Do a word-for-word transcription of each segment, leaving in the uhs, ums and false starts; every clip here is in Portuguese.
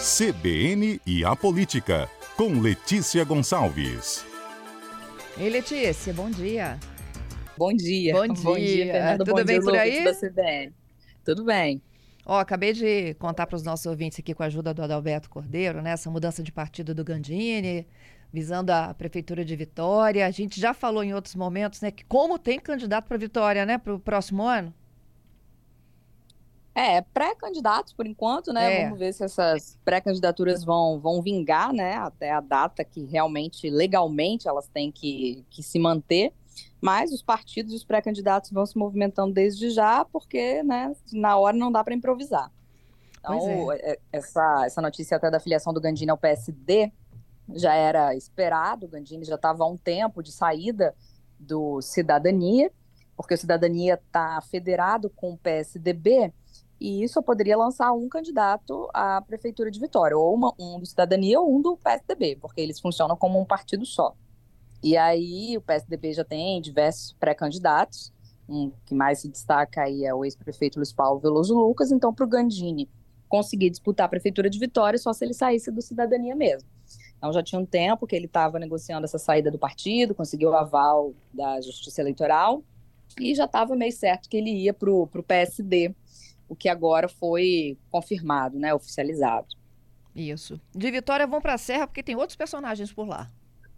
C B N e a Política, com Letícia Gonçalves. Ei, Letícia, bom dia. Bom dia. Bom dia. Bom dia, Fernanda. Tudo bom bem dia, por aí? Da C B N. Tudo bem. Ó, acabei de contar para os nossos ouvintes aqui com a ajuda do Adalberto Cordeiro, né? Essa mudança de partido do Gandini, visando a Prefeitura de Vitória. A gente já falou em outros momentos, né? Que como tem candidato para Vitória, né? Para o próximo ano. É, pré-candidatos, por enquanto, né? É. Vamos ver se essas pré-candidaturas vão, vão vingar, né? Até a data que realmente, legalmente, elas têm que, que se manter. Mas os partidos e os pré-candidatos vão se movimentando desde já, porque, né, na hora não dá para improvisar. Então, é. essa, essa notícia até da filiação do Gandini ao P S D já era esperado. O Gandini já estava há um tempo de saída do Cidadania, porque o Cidadania está federado com o P S D B, e isso poderia lançar um candidato à Prefeitura de Vitória, ou uma, um do Cidadania ou um do P S D B, porque eles funcionam como um partido só. E aí o P S D B já tem diversos pré-candidatos, um que mais se destaca aí é o ex-prefeito Luiz Paulo Veloso Lucas. Então, para o Gandini conseguir disputar a Prefeitura de Vitória, só se ele saísse do Cidadania mesmo. Então já tinha um tempo que ele estava negociando essa saída do partido, conseguiu o aval da Justiça Eleitoral, e já estava meio certo que ele ia para o P S D, o que agora foi confirmado, né, oficializado. Isso. De Vitória vão para a Serra porque tem outros personagens por lá.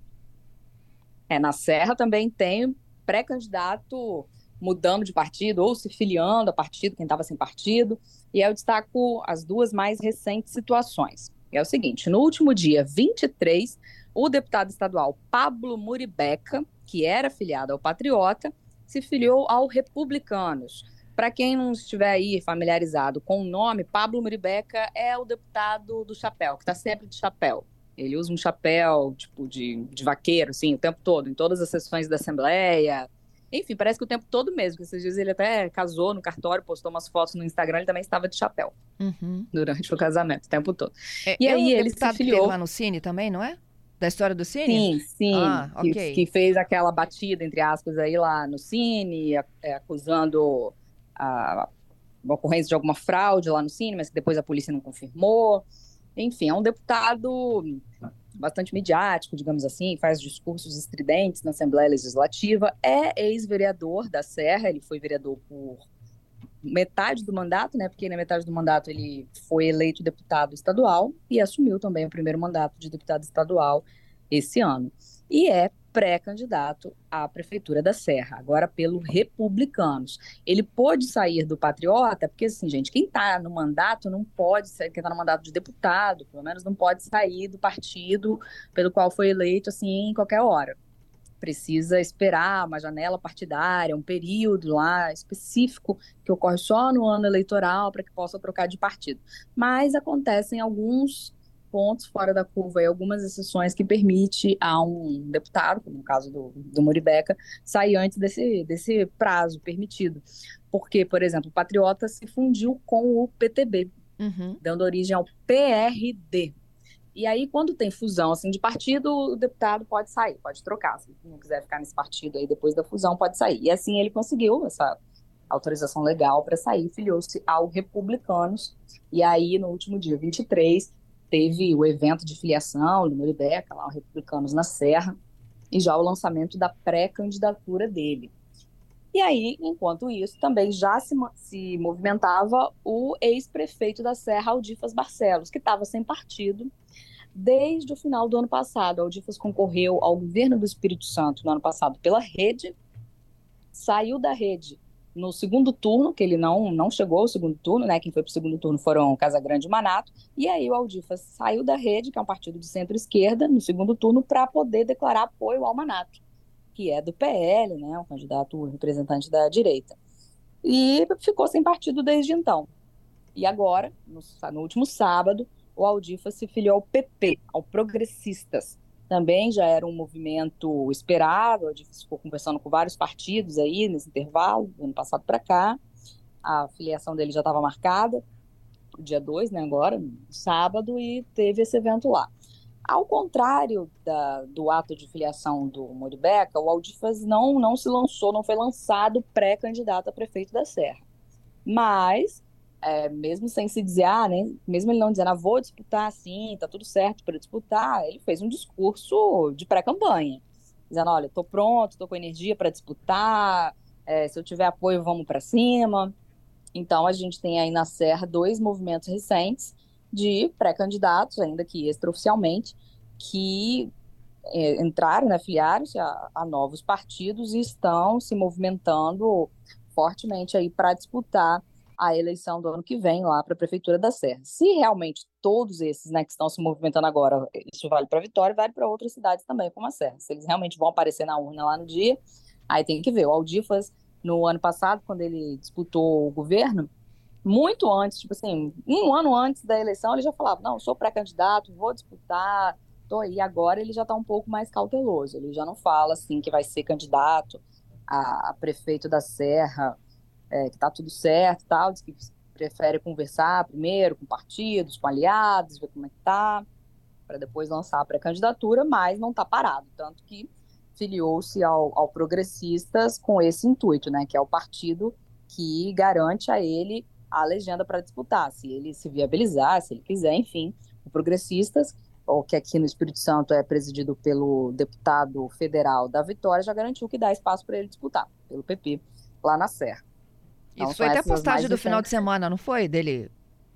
É, na Serra também tem pré-candidato mudando de partido ou se filiando a partido, quem estava sem partido. E aí eu destaco as duas mais recentes situações. É o seguinte, no último dia vinte e três, o deputado estadual Pablo Muribeca, que era filiado ao Patriota, se filiou ao Republicanos. Para quem não estiver aí familiarizado com o nome, Pablo Muribeca é o deputado do chapéu, que está sempre de chapéu. Ele usa um chapéu, tipo, de, de vaqueiro, assim, o tempo todo, em todas as sessões da Assembleia. Enfim, parece que o tempo todo mesmo, que esses dias ele até casou no cartório, postou umas fotos no Instagram, ele também estava de chapéu uhum. durante o casamento, o tempo todo. É, e aí é ele se filiou... que teve lá no Cine também, não é? Da história do Cine? Sim, sim, ah, que, okay. que fez aquela batida, entre aspas, aí lá no Cine, é, acusando a, a ocorrência de alguma fraude lá no Cine, mas que depois a polícia não confirmou. Enfim, é um deputado bastante midiático, digamos assim, faz discursos estridentes na Assembleia Legislativa, é ex-vereador da Serra, ele foi vereador por metade do mandato, né, porque na metade do mandato ele foi eleito deputado estadual e assumiu também o primeiro mandato de deputado estadual esse ano. E é pré-candidato à Prefeitura da Serra, agora pelo Republicanos. Ele pôde sair do Patriota, porque assim, gente, quem está no mandato não pode, quem está no mandato de deputado, pelo menos não pode sair do partido pelo qual foi eleito, assim, em qualquer hora. Precisa esperar uma janela partidária, um período lá específico que ocorre só no ano eleitoral para que possa trocar de partido. Mas acontecem alguns pontos fora da curva e algumas exceções que permite a um deputado, como no caso do, do Muribeca, sair antes desse, desse prazo permitido. Porque, por exemplo, o Patriota se fundiu com o P T B, uhum. dando origem ao P R D. E aí, quando tem fusão assim, de partido, o deputado pode sair, pode trocar. Se não quiser ficar nesse partido aí depois da fusão, pode sair. E assim ele conseguiu essa autorização legal para sair, filiou-se ao Republicanos. E aí, no último dia vinte e três, teve o evento de filiação do Muribeca, lá o Republicanos na Serra, e já o lançamento da pré-candidatura dele. E aí, enquanto isso, também já se, se movimentava o ex-prefeito da Serra, Aldifas Barcelos, que estava sem partido desde o final do ano passado. Aldifas concorreu ao governo do Espírito Santo no ano passado pela Rede, saiu da Rede no segundo turno, que ele não, não chegou ao segundo turno, né? Quem foi para o segundo turno foram Casagrande e Manato, e aí o Aldifas saiu da Rede, que é um partido de centro-esquerda, no segundo turno, para poder declarar apoio ao Manato, que é do P L, né, um candidato representante da direita. E ficou sem partido desde então. E agora, no, no último sábado, o Aldifas se filiou ao P P, ao Progressistas. Também já era um movimento esperado, o Aldifas ficou conversando com vários partidos aí nesse intervalo, do ano passado para cá. A filiação dele já estava marcada, dia dois, né, agora, no sábado, e teve esse evento lá. Ao contrário da, do ato de filiação do Muribeca, o Aldifas não, não se lançou, não foi lançado pré-candidato a prefeito da Serra. Mas é, mesmo sem se dizer, ah, né, mesmo ele não dizendo, ah, vou disputar sim, tá tudo certo para disputar, ele fez um discurso de pré-campanha, dizendo, olha, tô pronto, tô com energia para disputar, é, se eu tiver apoio, vamos para cima. Então, a gente tem aí na Serra dois movimentos recentes de pré-candidatos, ainda que extraoficialmente, que é, entraram, né, filiaram-se a, a novos partidos e estão se movimentando fortemente aí para disputar a eleição do ano que vem lá para a Prefeitura da Serra. Se realmente todos esses, né, que estão se movimentando agora, isso vale para Vitória, vale para outras cidades também, como a Serra. Se eles realmente vão aparecer na urna lá no dia, aí tem que ver. O Aldifas, no ano passado, quando ele disputou o governo, muito antes, tipo assim, um ano antes da eleição, ele já falava, não, sou pré-candidato, vou disputar, tô aí. Agora ele já está um pouco mais cauteloso, ele já não fala, assim, que vai ser candidato a, a prefeito da Serra, é, que tá tudo certo e tal, diz que prefere conversar primeiro com partidos, com aliados, ver como é que tá, para depois lançar a pré-candidatura, mas não tá parado, tanto que filiou-se ao, ao Progressistas com esse intuito, né, que é o partido que garante a ele a legenda para disputar, se ele se viabilizar, se ele quiser, enfim, o Progressistas, ou que aqui no Espírito Santo é presidido pelo deputado federal da Vitória, já garantiu que dá espaço para ele disputar, pelo P P, lá na Serra. Então, Isso foi são até a essas as mais postagem do final de recentes. semana, não foi? Dele.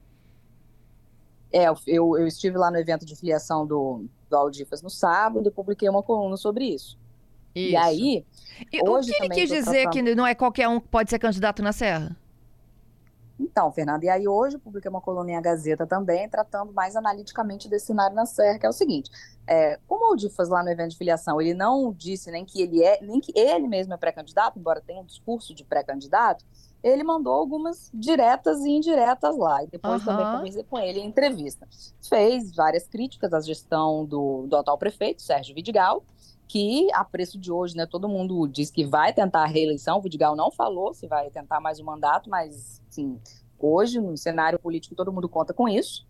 É, eu, eu estive lá no evento de filiação do, do Aldifas no sábado e publiquei uma coluna sobre isso. E Isso. aí, E o que hoje ele também quis estou dizer que tratando. não é qualquer um que pode ser candidato na Serra? Então, Fernanda, e aí hoje eu publiquei uma coluna em A Gazeta também, tratando mais analiticamente desse cenário na Serra, que é o seguinte: é, como o Aldifas lá no evento de filiação, ele não disse nem que ele é, nem que ele mesmo é pré-candidato, embora tenha um discurso de pré-candidato, ele mandou algumas diretas e indiretas lá. E depois também Aham. conversei com ele em entrevista. Fez várias críticas à gestão do, do atual prefeito, Sérgio Vidigal, que a preço de hoje, né, todo mundo diz que vai tentar a reeleição. O Vidigal não falou se vai tentar mais um mandato, mas sim, hoje no cenário político todo mundo conta com isso.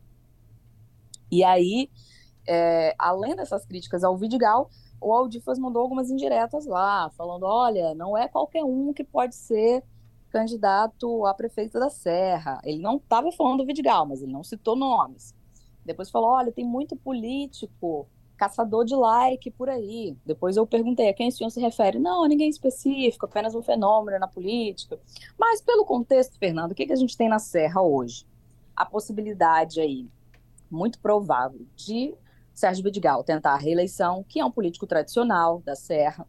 E aí, é, além dessas críticas ao Vidigal, o Aldifas mandou algumas indiretas lá, falando: olha, não é qualquer um que pode ser candidato a prefeito da Serra. Ele não estava falando do Vidigal, mas ele não citou nomes. Depois falou: olha, tem muito político, caçador de like por aí. Depois eu perguntei a quem o senhor se refere. Não, a ninguém específico, apenas um fenômeno na política. Mas pelo contexto, Fernando, o que que a gente tem na Serra hoje? A possibilidade aí, muito provável, de Sérgio Vidigal tentar a reeleição, que é um político tradicional da Serra.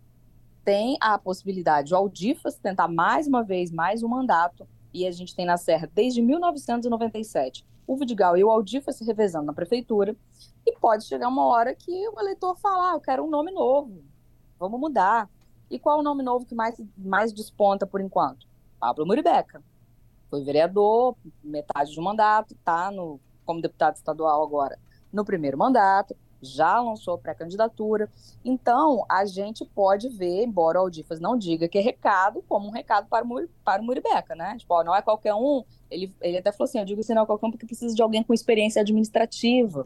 Tem a possibilidade de Aldifas tentar mais uma vez mais um mandato, e a gente tem na Serra desde mil novecentos e noventa e sete o Vidigal e o Aldifas se revezando na prefeitura, e pode chegar uma hora que o eleitor fala: ah, eu quero um nome novo, vamos mudar. E qual é o nome novo que mais, mais desponta por enquanto? Pablo Muribeca. Foi vereador, metade de um mandato, está como deputado estadual agora no primeiro mandato, já lançou pré-candidatura. Então, a gente pode ver, embora o Aldifas não diga que é recado, como um recado para o, para o Muribeca, né? Tipo, ó, não é qualquer um. Ele, ele até falou assim: eu digo assim, não é qualquer um porque precisa de alguém com experiência administrativa,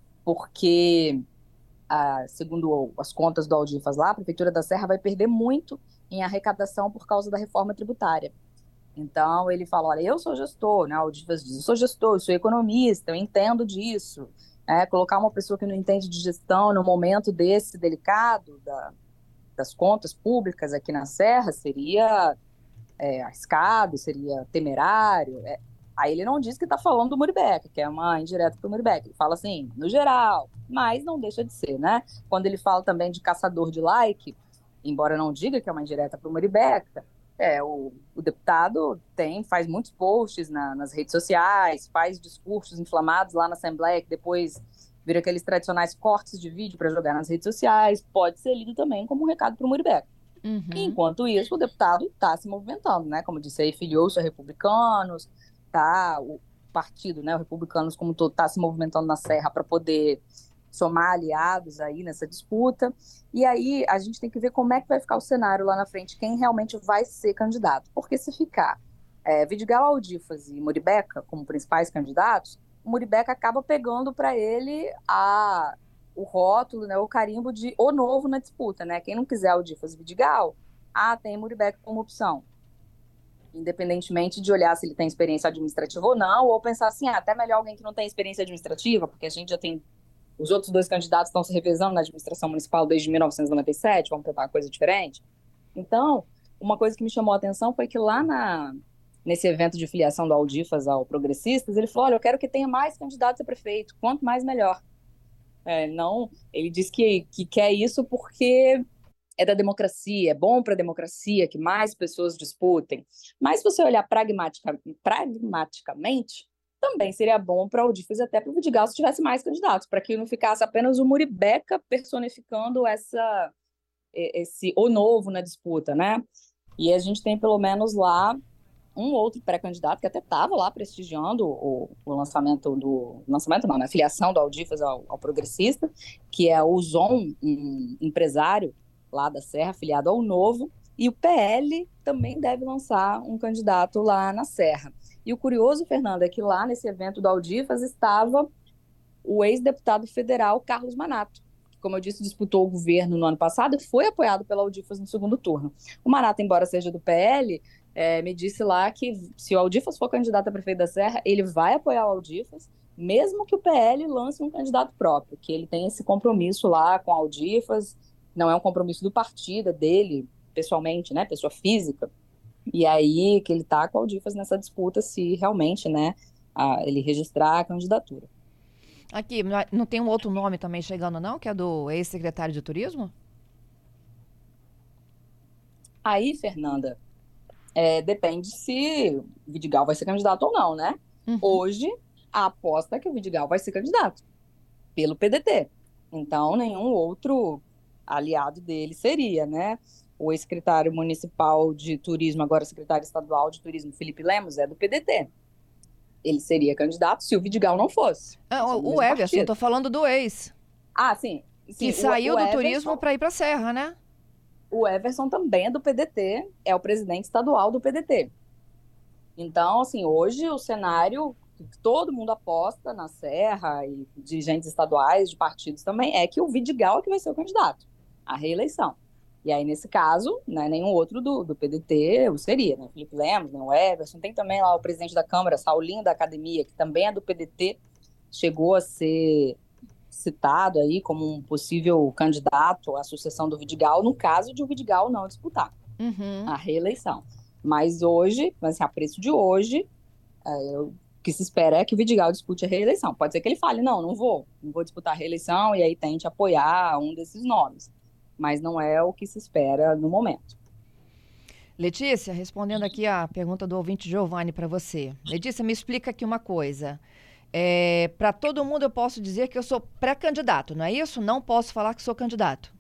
porque, ah, segundo as contas do Aldifas lá, a Prefeitura da Serra vai perder muito em arrecadação por causa da reforma tributária. Então, ele fala: olha, eu sou gestor, né? O Aldifas diz: eu sou gestor, eu sou economista, eu entendo disso. É, colocar uma pessoa que não entende de gestão no momento desse delicado da, das contas públicas aqui na Serra seria é, arriscado, seria temerário. É. Aí ele não diz que está falando do Muribeca, que é uma indireta para o Muribeca. Ele fala assim, no geral, mas não deixa de ser, né? Quando ele fala também de caçador de like, embora não diga que é uma indireta para o Muribeca, é, o, o deputado tem, faz muitos posts na, nas redes sociais, faz discursos inflamados lá na Assembleia, que depois vira aqueles tradicionais cortes de vídeo para jogar nas redes sociais, pode ser lido também como um recado para o Muribeca. Uhum. Enquanto isso, o deputado está se movimentando, né? Como disse aí, filiou-se a Republicanos, tá, o partido, né, o Republicanos como todo, está se movimentando na Serra para poder somar aliados aí nessa disputa. E aí a gente tem que ver como é que vai ficar o cenário lá na frente, quem realmente vai ser candidato. Porque se ficar é, Vidigal, Aldifas e Muribeca como principais candidatos, o Muribeca acaba pegando para ele a o rótulo, né, o carimbo de o novo na disputa, né? Quem não quiser Aldifas e Vidigal, ah, tem Muribeca como opção. independentemente de olhar se ele tem experiência administrativa ou não, ou pensar assim, ah, até melhor alguém que não tem experiência administrativa, porque a gente já tem, os outros dois candidatos estão se revezando na administração municipal desde mil novecentos e noventa e sete, vamos tentar uma coisa diferente. Então, uma coisa que me chamou a atenção foi que lá na, nesse evento de filiação do Aldifas ao Progressistas, ele falou, olha, eu quero que tenha mais candidatos a prefeito, quanto mais melhor. É, não, ele disse que, que quer isso porque é da democracia, é bom para a democracia que mais pessoas disputem. Mas se você olhar pragmatica, pragmaticamente, também seria bom para o Aldifas e até para o Vidigal se tivesse mais candidatos, para que não ficasse apenas o Muribeca personificando essa, esse o novo na disputa, né? E a gente tem pelo menos lá um outro pré-candidato que até estava lá prestigiando o, o lançamento do... Lançamento não, né? A filiação do Aldifas ao, ao Progressista, que é o Zon, um empresário lá da Serra, filiado ao Novo, e o P L também deve lançar um candidato lá na Serra. E o curioso, Fernanda, é que lá nesse evento do Aldifas estava o ex-deputado federal Carlos Manato, que, como eu disse, disputou o governo no ano passado e foi apoiado pela Aldifas no segundo turno. O Manato, embora seja do P L, é, me disse lá que se o Aldifas for candidato a prefeito da Serra, ele vai apoiar o Aldifas, mesmo que o P L lance um candidato próprio, que ele tem esse compromisso lá com o Aldifas. Não é um compromisso do partido, é dele, pessoalmente, né, pessoa física. E aí que ele está com o Aldifas nessa disputa, se realmente, né, a, ele registrar a candidatura. Aqui, não tem um outro nome também chegando, não? Que é do ex-secretário de Turismo? Aí, Fernanda, é, depende se o Vidigal vai ser candidato ou não, né? Uhum. Hoje, a aposta é que o Vidigal vai ser candidato pelo P D T. Então, nenhum outro aliado dele seria, né? O ex-secretário municipal de turismo, agora secretário estadual de turismo, Felipe Lemos, é do P D T. Ele seria candidato se o Vidigal não fosse. Ah, o o Everson, estou falando do ex. Ah, sim. sim que saiu o, o do Everson, turismo para ir para a Serra, né? O Everson também é do P D T, é o presidente estadual do P D T. Então, assim, hoje o cenário que todo mundo aposta na Serra e dirigentes estaduais de partidos também é que o Vidigal é que vai ser o candidato à reeleição. E aí, nesse caso, né, nenhum outro do, do P D T o seria, né? Felipe Lemos, né, o Everson. Tem também lá o presidente da Câmara, Saulinho da Academia, que também é do P D T, chegou a ser citado aí como um possível candidato à sucessão do Vidigal, no caso de o Vidigal não disputar uhum. a reeleição. Mas hoje, assim, a preço de hoje, é, o que se espera é que o Vidigal dispute a reeleição. Pode ser que ele fale, não, não vou, não vou disputar a reeleição, e aí tente apoiar um desses nomes. Mas não é o que se espera no momento. Letícia, respondendo aqui a pergunta do ouvinte Giovanni para você. Letícia, me explica aqui uma coisa. É, para todo mundo eu posso dizer que eu sou pré-candidato, não é isso? Não posso falar que sou candidato.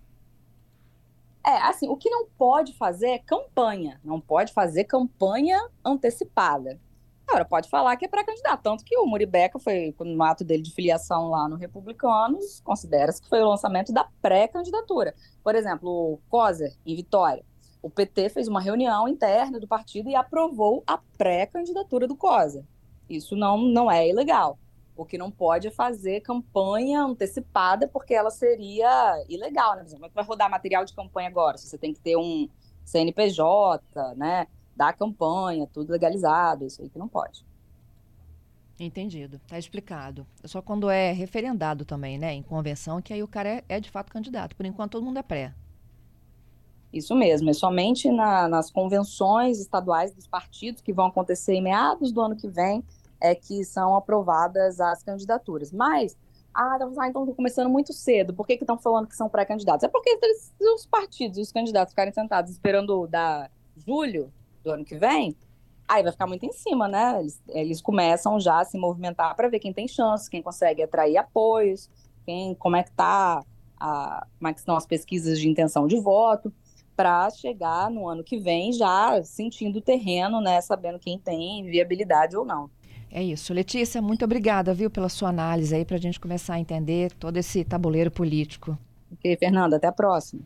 É, assim, o que não pode fazer é campanha. Não pode fazer campanha antecipada. Agora, pode falar que é pré-candidato. Tanto que o Muribeca foi, no ato dele de filiação lá no Republicanos, considera-se que foi o lançamento da pré-candidatura. Por exemplo, o Coser, em Vitória. O P T fez uma reunião interna do partido e aprovou a pré-candidatura do Coser. Isso não, não é ilegal. O que não pode é fazer campanha antecipada, porque ela seria ilegal, né? Por exemplo, como é que vai rodar material de campanha agora? Você tem que ter um C N P J, né? Da campanha, tudo legalizado, isso aí que não pode. Entendido, tá explicado. Só quando é referendado também, né? Em convenção, que aí o cara é, é de fato candidato. Por enquanto, todo mundo é pré. Isso mesmo, é somente na, nas convenções estaduais dos partidos, que vão acontecer em meados do ano que vem, é que são aprovadas as candidaturas. Mas, ah, então estão começando muito cedo, por que estão falando que são pré-candidatos? É porque se os partidos e os candidatos ficarem sentados esperando dar julho do ano que vem, aí vai ficar muito em cima, né? Eles, eles começam já a se movimentar para ver quem tem chance, quem consegue atrair apoios, quem, como é que tá, a, como é que estão as pesquisas de intenção de voto, para chegar no ano que vem já sentindo o terreno, né? Sabendo quem tem viabilidade ou não. É isso. Letícia, muito obrigada, viu, pela sua análise aí, para a gente começar a entender todo esse tabuleiro político. Ok, Fernanda, até a próxima.